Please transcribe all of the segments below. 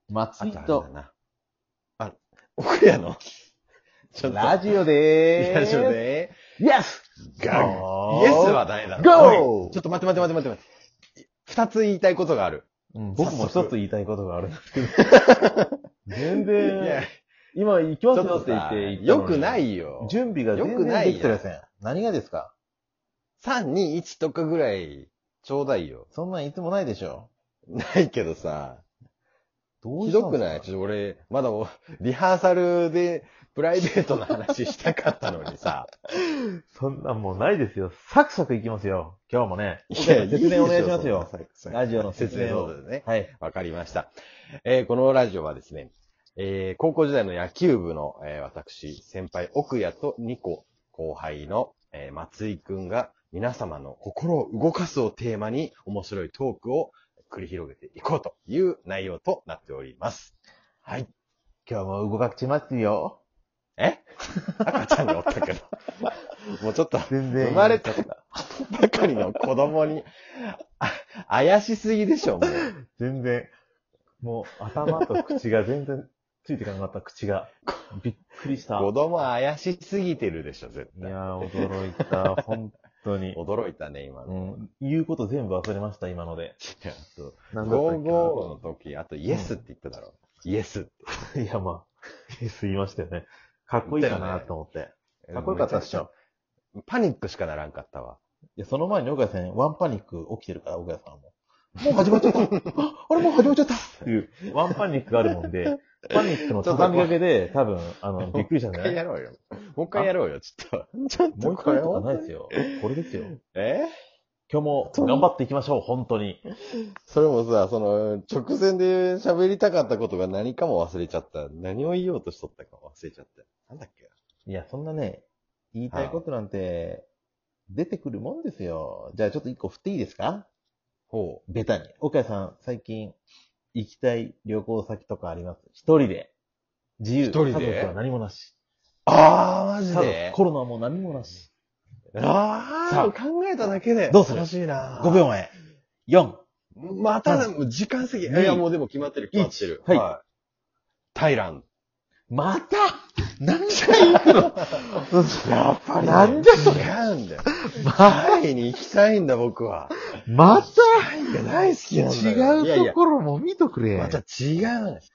松井あとあれだと、 な。あ、奥屋のちょっとラジオでーす。 ラジオでイエスガンゴーイエスはないだろ。 ゴーおいちょっと待って。二つ言いたいことがある。 僕も一つ言いたいことがあるんですけど。全い然や、、 今行きますちょっとよって言っさ、 て言ったのに。 よくないよ。 準備がよ全くないやん然できてません。何がですか？ 3、2、1とかぐらい、ちょうだいよ。 そんなんいつもないでしょ。 ないけどさ、ひどうしたんですか？ どくないちょっと俺、まだリハーサルでプライベートな話したかったのにさ。 そんなんもうないですよ。サクサクいきますよ。今日もね。 いや説明お願いしますよ。 いいでしょそんなラジオの説明を。 説明ね。 はい。 わかりました。このラジオはですね、高校時代の野球部の、私、先輩、奥谷と2個後輩の、松井くんが皆様の心を動かすをテーマに面白いトークを繰り広げていこうという内容となっております。はい。 今日も動かしますよ。 赤ちゃんにおったけど。もうちょっと、 全然。 生まれたばかりの子供に、怪しすぎでしょ、もう。 全然。もう頭と口が全然ついていかなかった口が。びっくりした。 子供怪しすぎてるでしょ、絶対。 いやー、驚いた。本当に。 驚いたね、今の。 言うこと全部忘れました、今ので。 いやそうなんだったっけな 55の時、あとイエスって言っただろ。イエスって。 いや、まあ、言いましたよね。かっこいいかなと思って。かっこよかったっしょ。 パニックしかならんかったわ。 いや、その前に岡谷さん、ワンパニック起きてるから、岡谷さんも。もう始まっちゃった。あれもう始まっちゃったっていう、ワンパニックがあるもんで、パニックの畳みかけで、多分、びっくりしたんじゃない？ もう一回やろうよ。もう一回やろうよ、ちょっと。 もう一回とかないですよ。これですよ。今日も頑張っていきましょう、本当に。 それもさ、直前で喋りたかったことが何かも忘れちゃった。何を言おうとしとったか忘れちゃった。なんだっけ？ いや、そんなね、言いたいことなんて、出てくるもんですよ。じゃあちょっと一個振っていいですか？ ほベタに。岡谷さん、最近、行きたい旅行先とかあります？一人で。自由。 一人で家族は何もなし。 マジ家族でコロナも何もなし。 さあ、考えただけで。 どうする？ 楽しいな。 5秒前。4。 また、時間過ぎ。いや、もうでも決まってる。 はいい。タイランまた何回行くの？ やっぱり、 なんじゃそれ。 違うんだよ。タイに行きたいんだ、僕は。 またタイが大好きなんだよ。 違うところも見とくれ。 また違うね。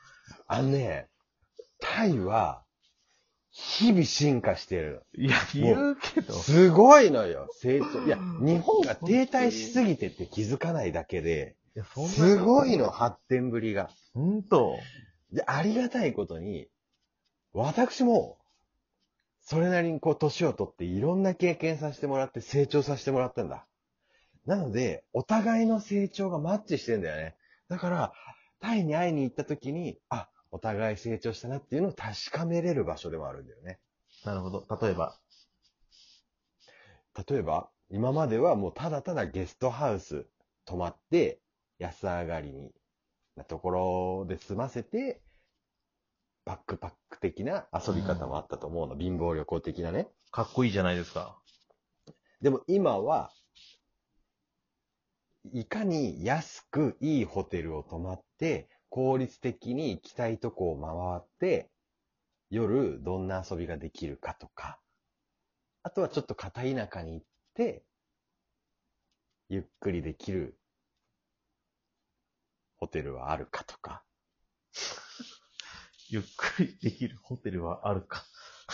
タイは、日々進化してる。 いや、言うけど。 すごいのよ、成長。いや、日本が停滞しすぎてって気づかないだけで、すごいの、発展ぶりが。 ほんと。 で、ありがたいことに、私も、それなりに年を取っていろんな経験させてもらって成長させてもらったんだ。なので、お互いの成長がマッチしてんだよね。だから、タイに会いに行った時に、お互い成長したなっていうのを確かめれる場所でもあるんだよね。 なるほど。例えば、 今まではもうただただゲストハウス泊まって、安上がりなところで済ませて、バックパック的な遊び方もあったと思うの。貧乏旅行的なね。 かっこいいじゃないですか。 でも今は、いかに安くいいホテルを泊まって、効率的に行きたいとこを回って、夜どんな遊びができるかとか、あとはちょっと片田舎に行って、ゆっくりできるホテルはあるかとか。 ゆっくりできるホテルはあるか。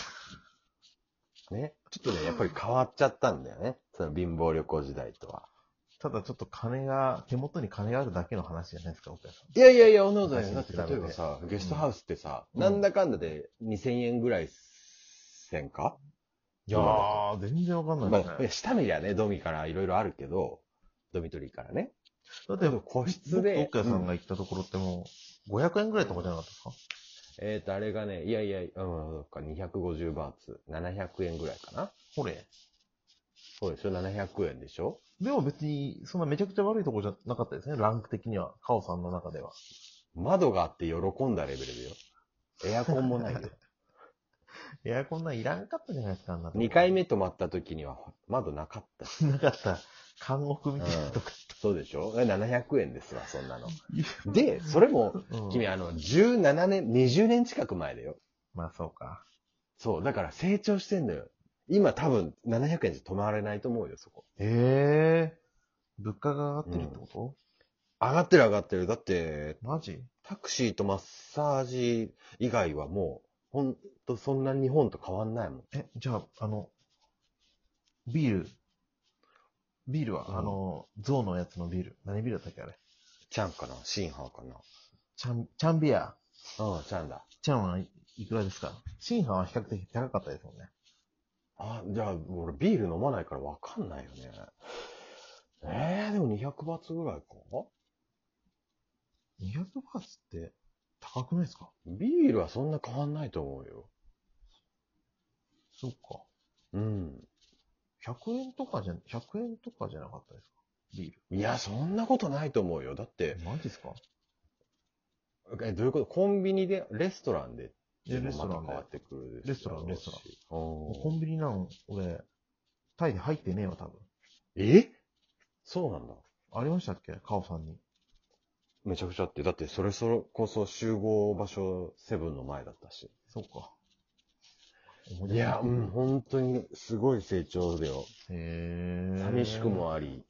ね。ちょっとね、やっぱり変わっちゃったんだよね。その貧乏旅行時代とは。 ただちょっと手元に金があるだけの話じゃないですか、岡谷さん。 いや、おのおのだよ。だって昔に比べて例えばさ、ゲストハウスってさ、 うんなんだかんだで2000円ぐらいせんか？ いやー、全然わかんないですね。 下見りゃね、ドミからいろいろあるけど、ドミトリーからね。 だって、 個室で。 岡谷さんが行ったところってもう、500円ぐらいとかじゃなかったですか？ あれがね、250バーツ、700円ぐらいかな。 ほれ。 そうでしょ、700円でしょ。 でも別に、そんなめちゃくちゃ悪いとこじゃなかったですね、ランク的には。カオさんの中では。 窓があって喜んだレベルでよ。エアコンもないよ。 エアコンなんいらんかったじゃないですか、あんなとこ。 2回目泊まった時には窓なかった。 なかった。 監獄みたいなとこ。 そうでしょ ?700 円ですわ、そんなの。で、それも、君17年、20年近く前だよ。 まあそうか。 そう、だから成長してんだよ。今多分700円じゃ止まれないと思うよ、そこ。 物価が上がってるってこと、 上がってる上がってる。だって、 マジタクシーとマッサージ以外はもう、ほんとそんな日本と変わんないもん。 じゃあ、ビールは、象のやつのビール。何ビールだったっけあれ。 チャンかなシンハーかなチャンビア。 うん、チャンだ。 チャンはいくらですか？シンハは比較的高かったですもんね。 あ、じゃあ、俺ビール飲まないからわかんないよね。でも200バーツぐらいか 200バーツって高くないですか？ ビールはそんな変わんないと思うよ。 そうか。 うん。 100円とかじゃなかったですか？ビーいや、そんなことないと思うよ。だってル。、マジですか？ どういうことコンビニで、レストランで、 レストランでまた変わってくるレストラン。 ココンビニなん俺、タイで入ってねえわ、多分。 そうなんだ。 ありましたっけカオさんに。 めちゃくちゃあって。だってそれこそ集合場所セブンの前だったし。 そうか。 いや、本当にすごい成長だよ。寂しくあもあり。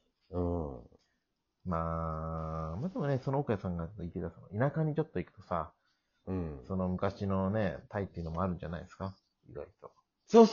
まあでもね、その岡谷さんが言ってた、田舎にちょっと行くとさ、その昔のね、タイっていうのもあるんじゃないですか意外と。 そう、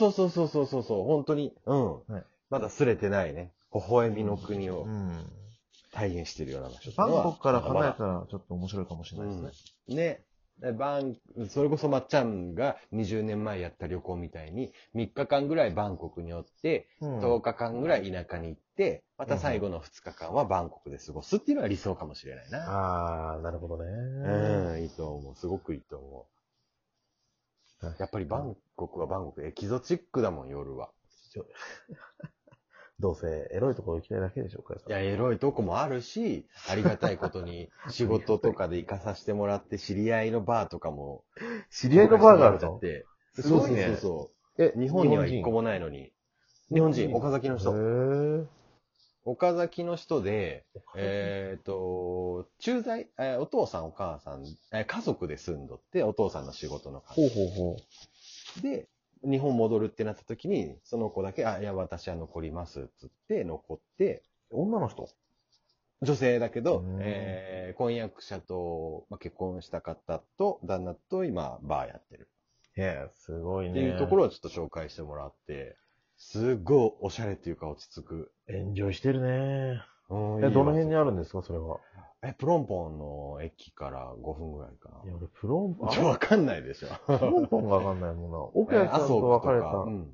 本当に、 はい、 まだ擦れてないね。微笑みの国を体現してるような場所。 バンコクから離れたらちょっと面白いかもしれないですね。 ね。それこそまっちゃんが20年前やった旅行みたいに、3日間ぐらいバンコクにおって、10日間ぐらい田舎に行って、また最後の2日間はバンコクで過ごすっていうのは理想かもしれないな。 なるほどね。 いいと思う。すごくいいと思う。やっぱりバンコクはバンコク、エキゾチックだもん、夜は。 どうせエロいところ行きたいだけでしょうか。 いや、エロいとこもあるし、ありがたいことに仕事とかで行かさせてもらって、知り合いのバーとかも。 知り合いのバーがあるの？ すごいね。日本には一個もないのに。日本人、岡崎の人。岡崎の人で、駐在、お父さんお母さん、家族で住んどって、お父さんの仕事の関係。で、日本戻るってなった時に、その子だけ、いや、私は残ります、つって残って、 女の人？ 女性だけど、婚約者と、結婚した方と、旦那と今、バーやってる。 すごいね。 っていうところをちょっと紹介してもらって、すっごいおしゃれっていうか落ち着く。 エンジョイしてるね。どの辺にあるんですか、それは。 プロンポンの駅から5分ぐらいかな。 いや、俺、プロンポン。 わかんないでしょ。 プロンポンがわかんないもんな。奥谷さんと別れた。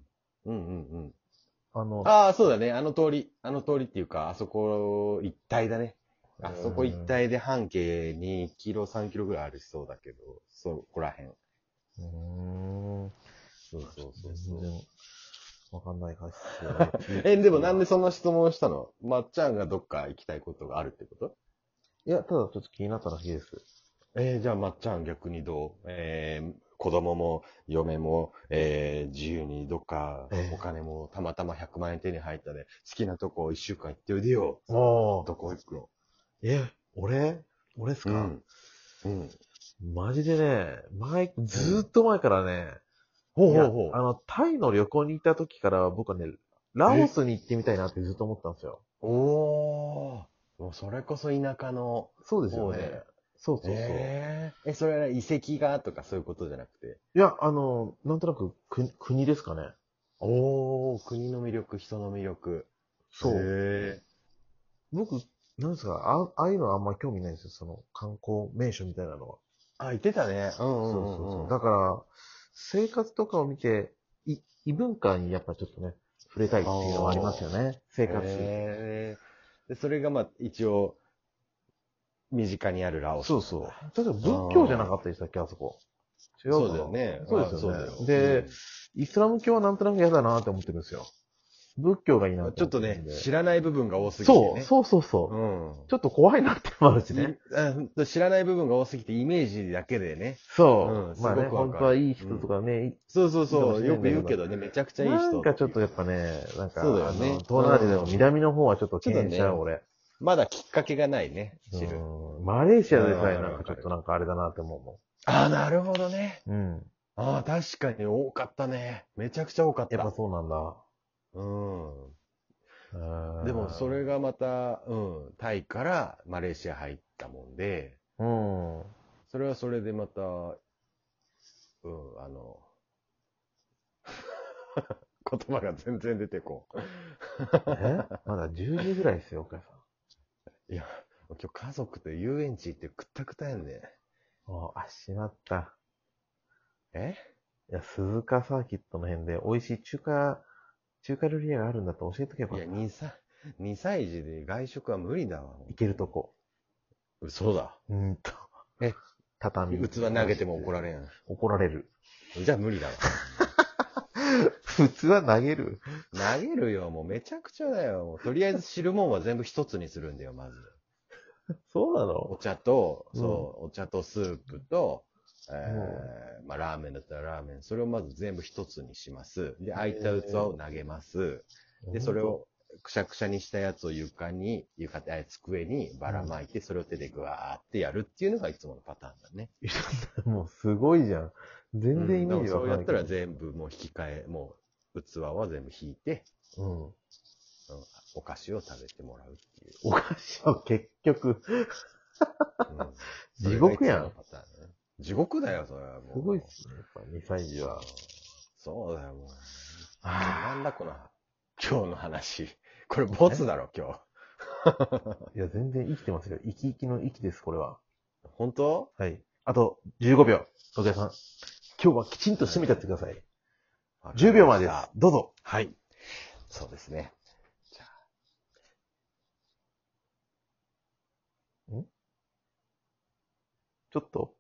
そうだね。あの通りっていうか、あそこ一帯だね。あそこ一帯で半径2キロ、3キロぐらいありそうだけど、そこら辺。そう。 全然わかんないかでもなんでそんな質問したの？まっちゃんがどっか行きたいことがあるってこと？ いや、ただちょっと気になっただけです。 じゃあまっちゃん逆にどう？子供も嫁も、自由にどっかお金もたまたま100万円手に入ったで好きなとこ1週間行っておいでよ。どこ行くの？ 俺っすか？マジでね、ずーっと前からね、タイの旅行に行った時から僕はね、ラオスに行ってみたいなってずっと思ったんですよ。 もうそれこそ田舎の。 そうですよね。そう。 それは遺跡がとかそういうことじゃなくて。 いや、なんとなく国ですかね。 国の魅力、人の魅力。 そう。僕、なんですか、ああいうのはあんまり興味ないんですよ、その観光名所みたいなのは。 言ってたね。 そう。だから、生活とかを見て、異文化にやっぱちょっとね、触れたいっていうのはありますよね、生活。 で、それが一応、身近にあるラオス。 そう。例えば仏教じゃなかったでしたっけ、あそこ。違うかな。 そうだよね。 そうですよね。で、イスラム教はなんとなく嫌だなって思ってるんですよ。 仏教がいいなちょっとね、知ららない部分が多すぎてね。 そう。ちょっと怖いなってのもあるしね。 知らない部分が多すぎて、イメージだけでね。 そう。 まあね、 本当はいい人とかね、 そう、よく言うけどね、めちゃくちゃいい人。 なんかちょっとやっぱね、 そうだよね。 東南アジアでも南の方はちょっと敬遠しちゃう、俺。 まだきっかけがないね、知る。 マレーシアでさえなんかちょっとなんかあれだなって思うもん。 ああ、なるほどね。 うん。 ああ、確かに多かったね。めちゃくちゃ多かった。 やっぱそうなんだ。 でもそれがまた、タイからマレーシア入ったもんで、それはそれでまた、言葉が全然出てこん。 まだ10時ぐらいですよ、岡さん。いや、今日家族と遊園地行ってくったくたやんね。 しまった。 いや、鈴鹿サーキットの辺で美味しい中華料理屋があるんだと教えとけば。 いや、2歳児で外食は無理だわ。 行けるとこ。 嘘だ。 畳。 器投げても怒られん。 怒られる。 じゃあ無理だわ。 普通は投げる。 投げるよ、もうめちゃくちゃだよ。とりあえず汁物は全部一つにするんだよ、まず。 そうなの？ お茶と、お茶とスープと、ラーメンだったらラーメン。それをまず全部一つにします。で、空いた器を投げます。で、それをくしゃくしゃにしたやつを机にばらまいて、それを手でぐわーってやるっていうのがいつものパターンだね。 もうすごいじゃん。全然イメージわかんない。 そうやったら全部もう引き換え、もう器は全部引いて、お菓子を食べてもらうっていう。 お菓子は結局、地獄やん。 地獄だよ、それはもう。 すごいっすね、やっぱ2歳児は。 そうだよ、もう。なんだこの、今日の話。これボツだろ、今日。いや、全然生きてますよ。生き生きの生きです、これは。 本当？ はい。あと、15秒。時計さん。今日はきちんと締めてやってください。10秒までです。どうぞ。 はい。そうですね。じゃあ。 ちょっと